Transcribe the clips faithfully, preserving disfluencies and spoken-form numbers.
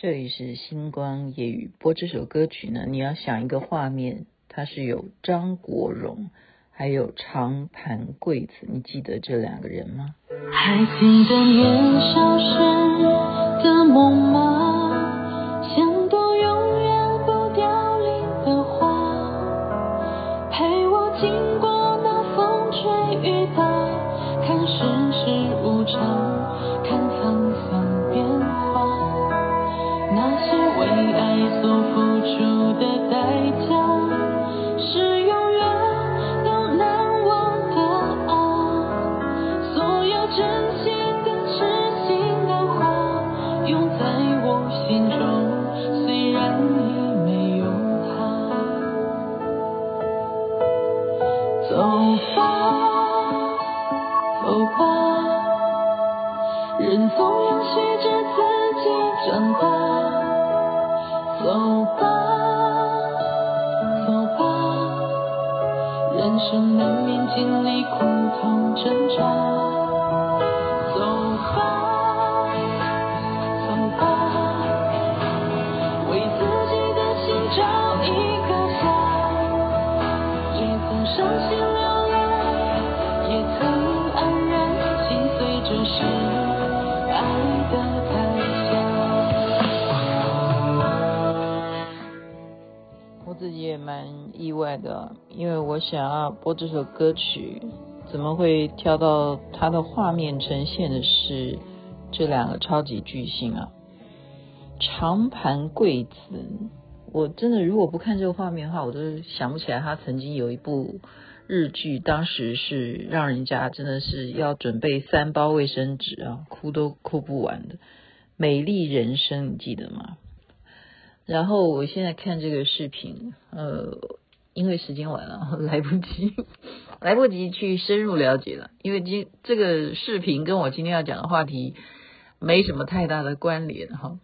这里是星光夜语，播这首歌曲呢，你要想一个画面，它是有张国荣还有长盘贵子，你记得这两个人吗？ 还记得年少时的梦吗？像朵永远不凋零的花，陪我经过那风吹雨打，看世事无常，看沧桑变化，那些为爱所付出的代价，是永远都难忘的啊！所有真心的痴心的话，永在我心中，虽然已没有他。走吧，走吧，人总要学着自己长大。走吧，走吧，人生难免经历苦痛挣扎。走吧，走吧，为自己的心找一个家，也曾伤心流泪，也曾安然心碎，这是爱的代价。 我自己也蛮意外的，因为我想要播这首歌曲，怎么会挑到它的画面呈现的是这两个超级巨星啊？长盘贵子，我真的如果不看这个画面的话，我都想不起来他曾经有一部日剧，当时是让人家真的是要准备三包卫生纸啊，哭都哭不完的《美丽人生》，你记得吗？然后我现在看这个视频，呃，因为时间晚了，来不及，来不及去深入了解了。因为今这个视频跟我今天要讲的话题没什么太大的关联哈，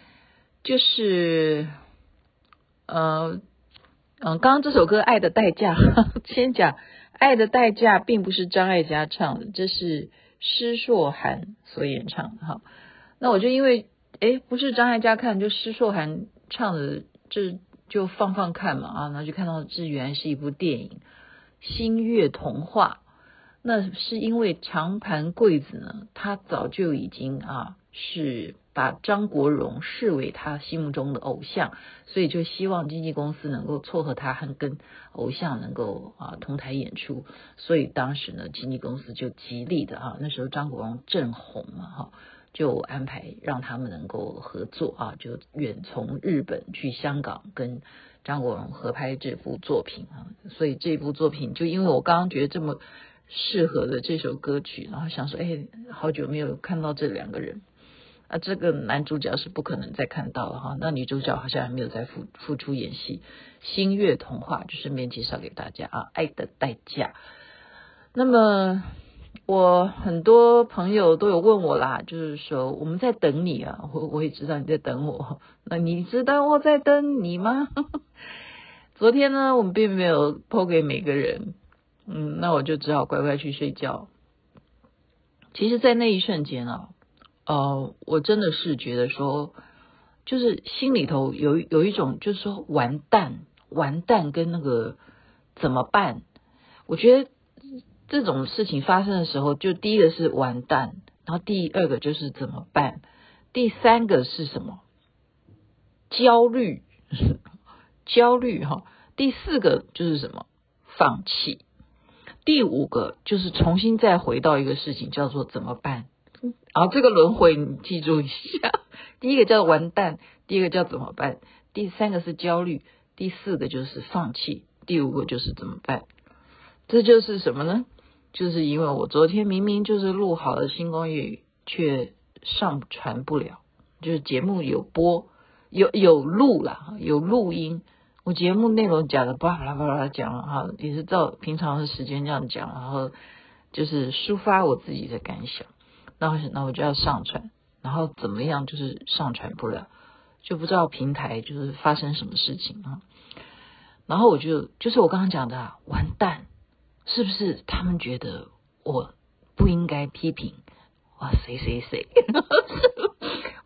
就是呃嗯，刚刚这首歌《爱的代价》，先讲《爱的代价》并不是张艾嘉唱的，这是施硕涵所演唱的哈。那我就因为诶不是张艾嘉看，就施硕涵唱的，这就放放看嘛啊，然后就看到这原来是一部电影《星月童话》。那是因为长盘贵子呢，他早就已经啊是把张国荣视为他心目中的偶像，所以就希望经纪公司能够撮合他和跟偶像能够啊同台演出。所以当时呢，经纪公司就极力的啊，那时候张国荣正红嘛哈。就安排让他们能够合作啊，就远从日本去香港跟张国荣合拍这部作品啊，所以这部作品就因为我刚刚觉得这么适合的这首歌曲，然后想说，哎，好久没有看到这两个人啊，这个男主角是不可能再看到了哈，那女主角好像还没有再复复出演戏，星月童话就顺便介绍给大家啊，爱的代价。那么我很多朋友都有问我啦，就是说我们在等你啊，我我也知道你在等我，那你知道我在等你吗？昨天呢，我们并没有 po 给每个人，嗯，那我就只好乖乖去睡觉。其实，在那一瞬间啊，呃，我真的是觉得说，就是心里头有有一种就是说完蛋，完蛋跟那个怎么办？我觉得这种事情发生的时候，就第一个是完蛋，然后第二个就是怎么办，第三个是什么？焦虑，焦虑哈。第四个就是什么？放弃。第五个就是重新再回到一个事情，叫做怎么办？然后这个轮回你记住一下，第一个叫完蛋，第二个叫怎么办，第三个是焦虑，第四个就是放弃，第五个就是怎么办。这就是什么呢？就是因为我昨天明明就是录好了星光粤语，却上传不了，就是节目有播有有录啦，有录音，我节目内容讲的巴拉巴拉讲了哈，也是照平常的时间这样讲，然后就是抒发我自己的感想，然后那我就要上传，然后怎么样就是上传不了，就不知道平台就是发生什么事情啊。然后我就就是我刚刚讲的啊，完蛋，是不是他们觉得我不应该批评哇谁谁谁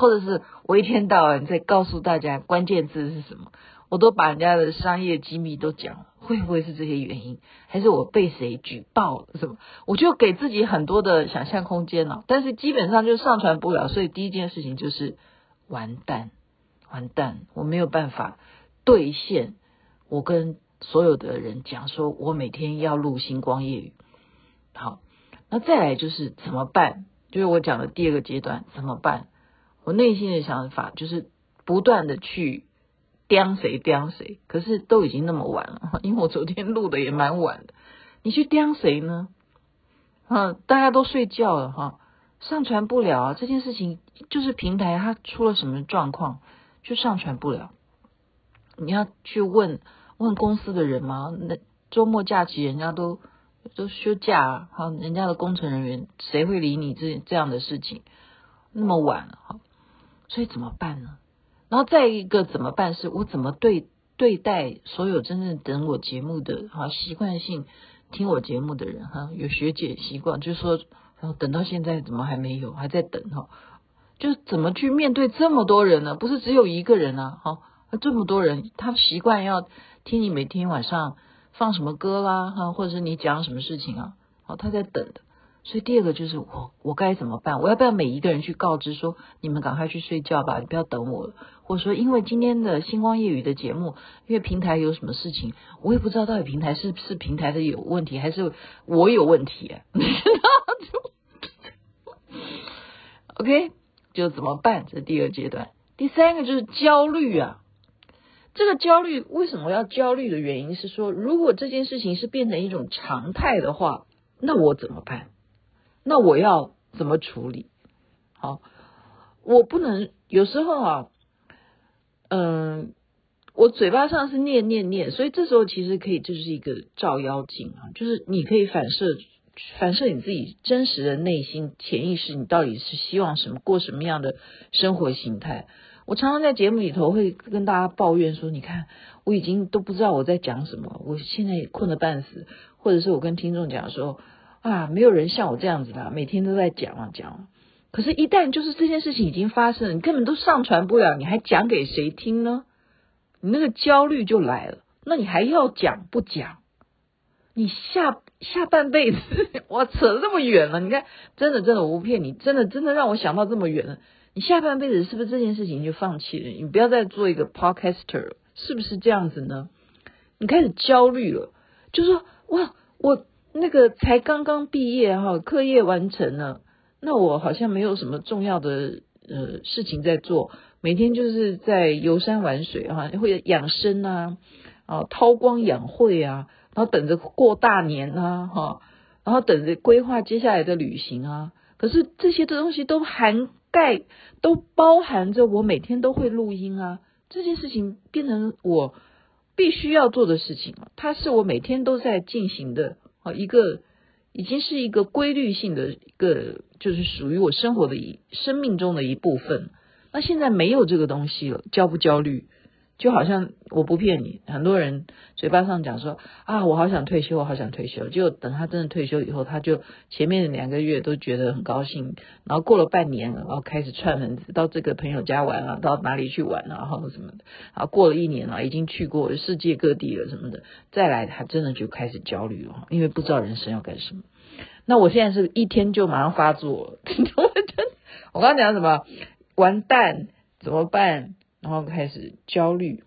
或者是我一天到晚在告诉大家关键字是什么，我都把人家的商业机密都讲了，会不会是这些原因？还是我被谁举报了什么？我就给自己很多的想象空间了，但是基本上就上传不了，所以第一件事情就是完蛋，完蛋，我没有办法兑现我跟所有的人讲说我每天要录星光夜语。好，那再来就是怎么办？就是我讲的第二个阶段，怎么办？我内心的想法就是不断的去刁谁刁谁，可是都已经那么晚了，因为我昨天录的也蛮晚的，你去刁谁呢？啊，大家都睡觉了哈，上传不了啊，这件事情就是平台它出了什么状况，就上传不了。你要去问问公司的人吗？那周末假期人家都都休假哈，人家的工程人员谁会理你这这样的事情？那么晚了哈，所以怎么办呢？然后再一个怎么办是我怎么对对待所有真正等我节目的哈，习惯性听我节目的人哈，有学姐习惯就是说，然后等到现在怎么还没有，还在等哈，就怎么去面对这么多人呢？不是只有一个人啊，哈，这么多人，他习惯要听你每天晚上放什么歌啦，哈，或者是你讲什么事情啊，好，他在等的。所以第二个就是我我该怎么办？我要不要每一个人去告知说你们赶快去睡觉吧，你不要等我了？或者说因为今天的星光夜语的节目，因为平台有什么事情，我也不知道到底平台是是平台的有问题，还是我有问题、啊、OK， 就怎么办？这是第二阶段。第三个就是焦虑啊。这个焦虑为什么要焦虑的原因是说，如果这件事情是变成一种常态的话，那我怎么办？那我要怎么处理？好，我不能有时候啊，嗯，我嘴巴上是念念念，所以这时候其实可以就是一个照妖镜啊，就是你可以反射反射你自己真实的内心潜意识，你到底是希望什么，过什么样的生活形态。我常常在节目里头会跟大家抱怨说，你看我已经都不知道我在讲什么，我现在也困得半死，或者是我跟听众讲说啊，没有人像我这样子的，每天都在讲啊讲啊。可是，一旦就是这件事情已经发生了，你根本都上传不了，你还讲给谁听呢？你那个焦虑就来了。那你还要讲不讲？你下下半辈子，哇，扯得这么远了。你看，真的真的，我不骗你，真的真的让我想到这么远了。你下半辈子是不是这件事情就放弃了？你不要再做一个 podcaster 了，是不是这样子呢？你开始焦虑了，就说哇，我那个才刚刚毕业哈，课业完成了，那我好像没有什么重要的呃事情在做，每天就是在游山玩水哈，会养生啊，啊韬光养晦啊，然后等着过大年啊哈，然后等着规划接下来的旅行啊。可是这些东西都涵盖，都包含着我每天都会录音啊，这件事情变成我必须要做的事情了，它是我每天都在进行的啊，一个已经是一个规律性的一个，就是属于我生活的一生命中的一部分。那现在没有这个东西了，焦不焦虑？就好像我不骗你，很多人嘴巴上讲说啊，我好想退休，我好想退休，就等他真的退休以后，他就前面的两个月都觉得很高兴，然后过了半年了，然后开始串门子到这个朋友家玩了，到哪里去玩了，然后什么的，然后过了一年了，已经去过世界各地了什么的，再来他真的就开始焦虑了，因为不知道人生要干什么。那我现在是一天就马上发作了我刚刚讲什么？完蛋，怎么办？然后开始焦虑，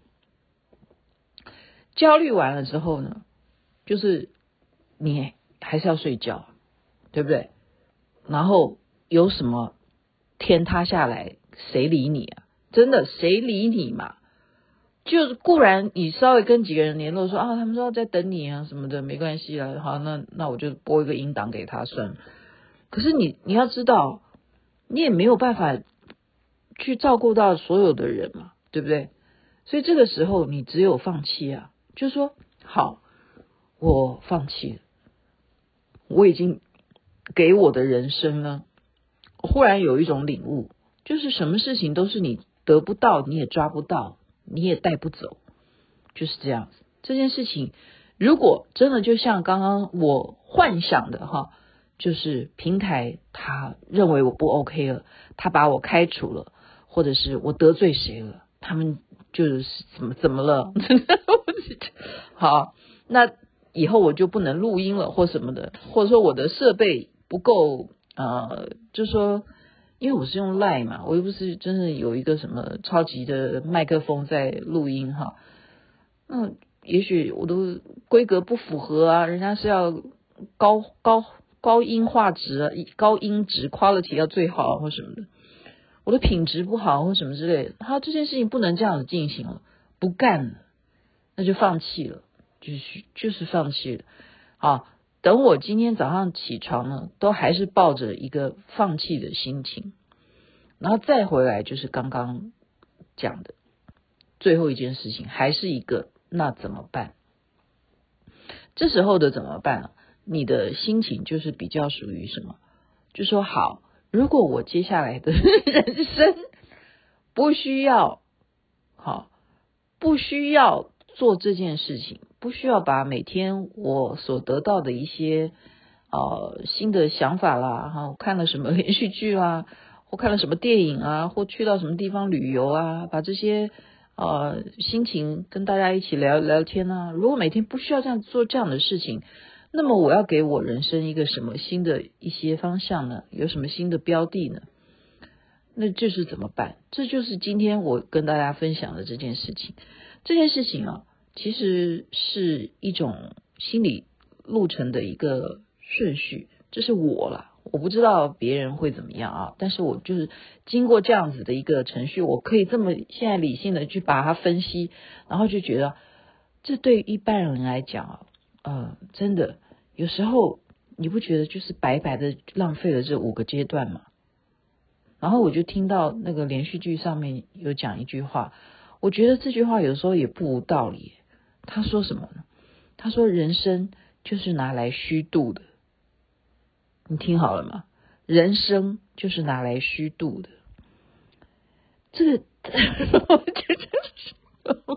焦虑完了之后呢，就是你还是要睡觉，对不对？然后有什么天塌下来，谁理你啊？真的，谁理你嘛？就是固然你稍微跟几个人联络说啊，他们说在等你啊什么的，没关系啊，好，那那我就拨一个音档给他算了。可是你你要知道，你也没有办法去照顾到所有的人嘛，对不对？所以这个时候你只有放弃啊，就是说好，我放弃了，我已经给我的人生呢，忽然有一种领悟，就是什么事情都是你得不到，你也抓不到，你也带不走，就是这样子。这件事情如果真的就像刚刚我幻想的哈，就是平台他认为我不 OK 了，他把我开除了， 或者是我得罪谁了，他们就是怎么怎么了好，那以后我就不能录音了或什么的，或者说我的设备不够呃，就说因为我是用 Line 嘛，我又不是真的有一个什么超级的麦克风在录音哈，嗯，也许我的规格不符合啊，人家是要高高高音画质啊，高音质 quality 要最好或什么的，我的品质不好或什么之类的，他这件事情不能这样子进行了，不干了，那就放弃了，就是就是放弃了。好，等我今天早上起床呢，都还是抱着一个放弃的心情，然后再回来就是刚刚讲的最后一件事情，还是一个那怎么办？这时候的怎么办啊？你的心情就是比较属于什么？就说好，如果我接下来的人生不需要好，不需要做这件事情，不需要把每天我所得到的一些呃新的想法啦，哈，看了什么连续剧啊，或看了什么电影啊，或去到什么地方旅游啊，把这些呃心情跟大家一起聊聊天啊。如果每天不需要这样做这样的事情，那么我要给我人生一个什么新的一些方向呢？有什么新的标的呢？那这是怎么办？这就是今天我跟大家分享的这件事情。这件事情啊，其实是一种心理路程的一个顺序，这是我啦，我不知道别人会怎么样啊，但是我就是经过这样子的一个程序，我可以这么现在理性的去把它分析，然后就觉得这对一般人来讲啊，呃，真的有时候你不觉得就是白白的浪费了这五个阶段吗？然后我就听到那个连续剧上面有讲一句话，我觉得这句话有时候也不无道理。他说什么呢？他说人生就是拿来虚度的。你听好了吗？人生就是拿来虚度的。这个我觉得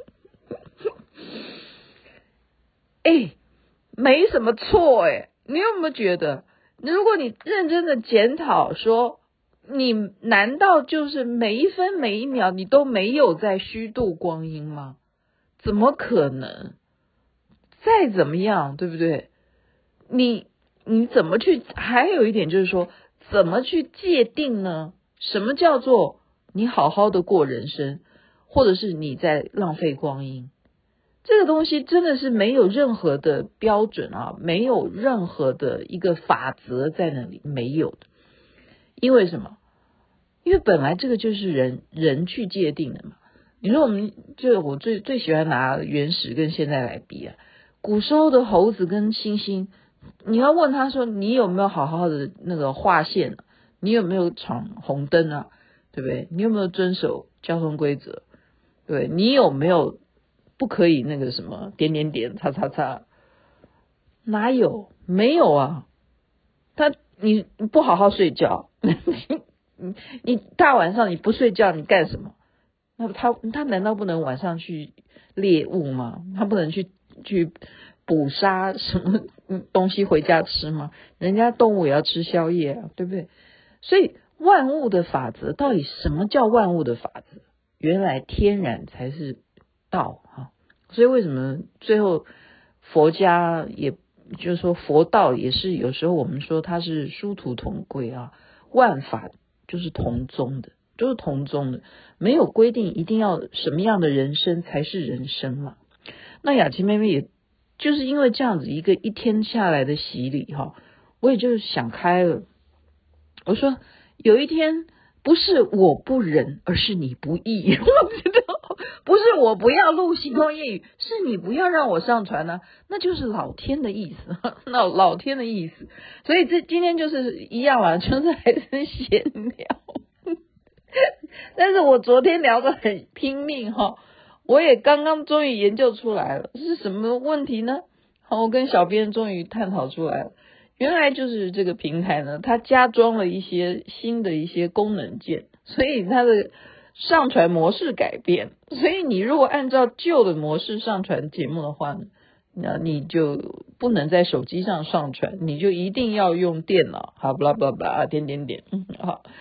哎，没什么错哎，你有没有觉得，如果你认真的检讨说，你难道就是每一分每一秒你都没有在虚度光阴吗？怎么可能？再怎么样，对不对？你你怎么去？还有一点就是说，怎么去界定呢？什么叫做你好好的过人生，或者是你在浪费光阴？这个东西真的是没有任何的标准啊，没有任何的一个法则在那里，没有的。因为什么？因为本来这个就是人人去界定的嘛。你说我们就我最最喜欢拿原始跟现在来比啊，古时候的猴子跟猩猩，你要问他说你有没有好好的那个划线，你有没有闯红灯啊，对不对？你有没有遵守交通规则？对，你有没有不可以那个什么点点点叉叉叉？哪有？没有啊。他你你不好好睡觉，你你大晚上你不睡觉你干什么？那他他难道不能晚上去猎物吗？他不能去去捕杀什么东西回家吃吗？人家动物也要吃宵夜啊，对不对？所以万物的法则，到底什么叫万物的法则？原来天然才是道哈。所以为什么最后佛家也就是说佛道也是有时候我们说它是殊途同归啊，万法就是同宗的，都是同宗的，没有规定一定要什么样的人生才是人生嘛。那雅琪妹妹也就是因为这样子一个一天下来的洗礼哈，我也就想开了。我说有一天不是我不仁，而是你不义。我觉得不是我不要录星空夜语，是你不要让我上传呢、啊，那就是老天的意思，那老天的意思。所以这今天就是一样嘛，就是还是闲聊。但是我昨天聊得很拼命哈，我也刚刚终于研究出来了是什么问题呢？好，我跟小编终于探讨出来了。原来就是这个平台呢，它加装了一些新的一些功能键，所以它的上传模式改变。所以你如果按照旧的模式上传节目的话呢，那你就不能在手机上上传，你就一定要用电脑。好，blah blah blah，点点点，好。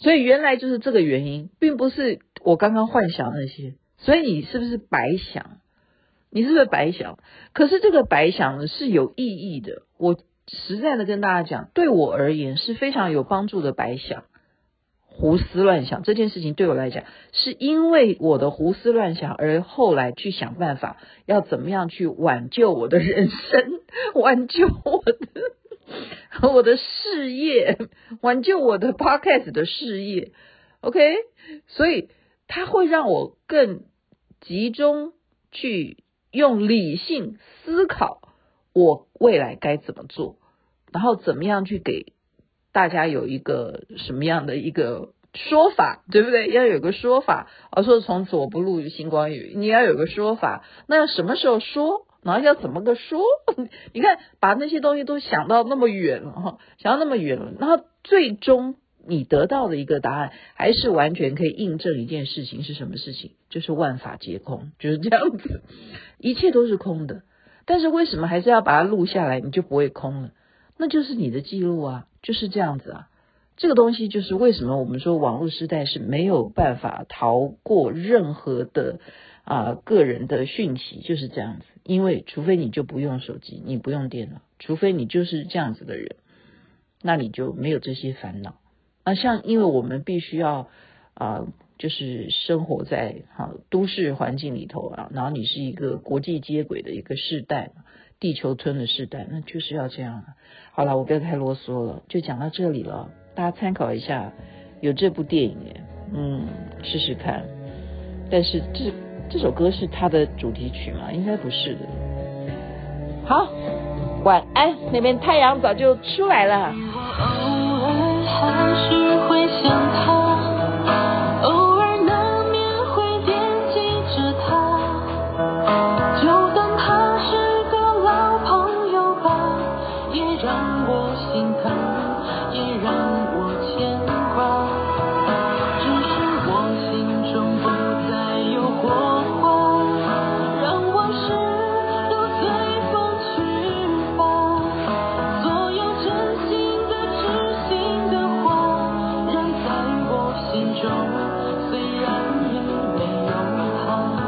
所以原来就是这个原因，并不是我刚刚幻想那些。所以你是不是白想？你是不是白想？可是这个白想呢是有意义的，我实在的跟大家讲，对我而言是非常有帮助的白想。胡思乱想这件事情对我来讲，是因为我的胡思乱想而后来去想办法要怎么样去挽救我的人生，挽救我的我的事业，挽救我的 podcast 的事业。 OK， 所以它会让我更集中去用理性思考我未来该怎么做，然后怎么样去给大家有一个什么样的一个说法，对不对？要有个说法，而说从此我不录星光语，你要有个说法，那要什么时候说，然后要怎么个说？你看把那些东西都想到那么远了，想到那么远了，然后最终你得到的一个答案还是完全可以印证一件事情，是什么事情？就是万法皆空，就是这样子，一切都是空的。但是为什么还是要把它录下来，你就不会空了？那就是你的记录啊，就是这样子啊。这个东西就是为什么我们说网络时代是没有办法逃过任何的啊、呃、个人的讯息，就是这样子。因为除非你就不用手机，你不用电脑，除非你就是这样子的人，那你就没有这些烦恼。啊，像因为我们必须要啊、呃，就是生活在哈、啊、都市环境里头啊，然后你是一个国际接轨的一个世代，地球村的世代，那就是要这样啊。好了，我不要太啰嗦了，就讲到这里了，大家参考一下，有这部电影耶，嗯，试试看。但是这这首歌是它的主题曲吗？应该不是的。好，晚安，那边太阳早就出来了。 偶尔还是会想他，偶尔难免会惦记着他，就当他是个老朋友吧，也让我心疼，也让我牵挂。只是我心中不再有火花，让往事都随风去吧。所有真心的、痴心的话，仍在我心中，虽然已没有他。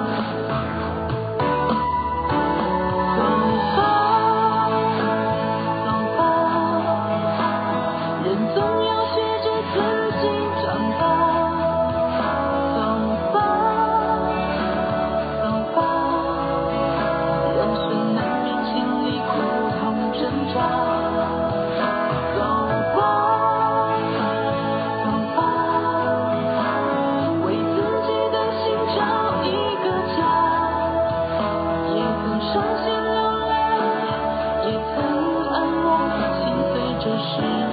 走吧，走吧，人总要学着自己长大。走吧，走吧，人生难免经历苦痛挣扎。走吧，走吧，为自己的心找一个家，也曾伤心流泪，也曾安慰，心随着时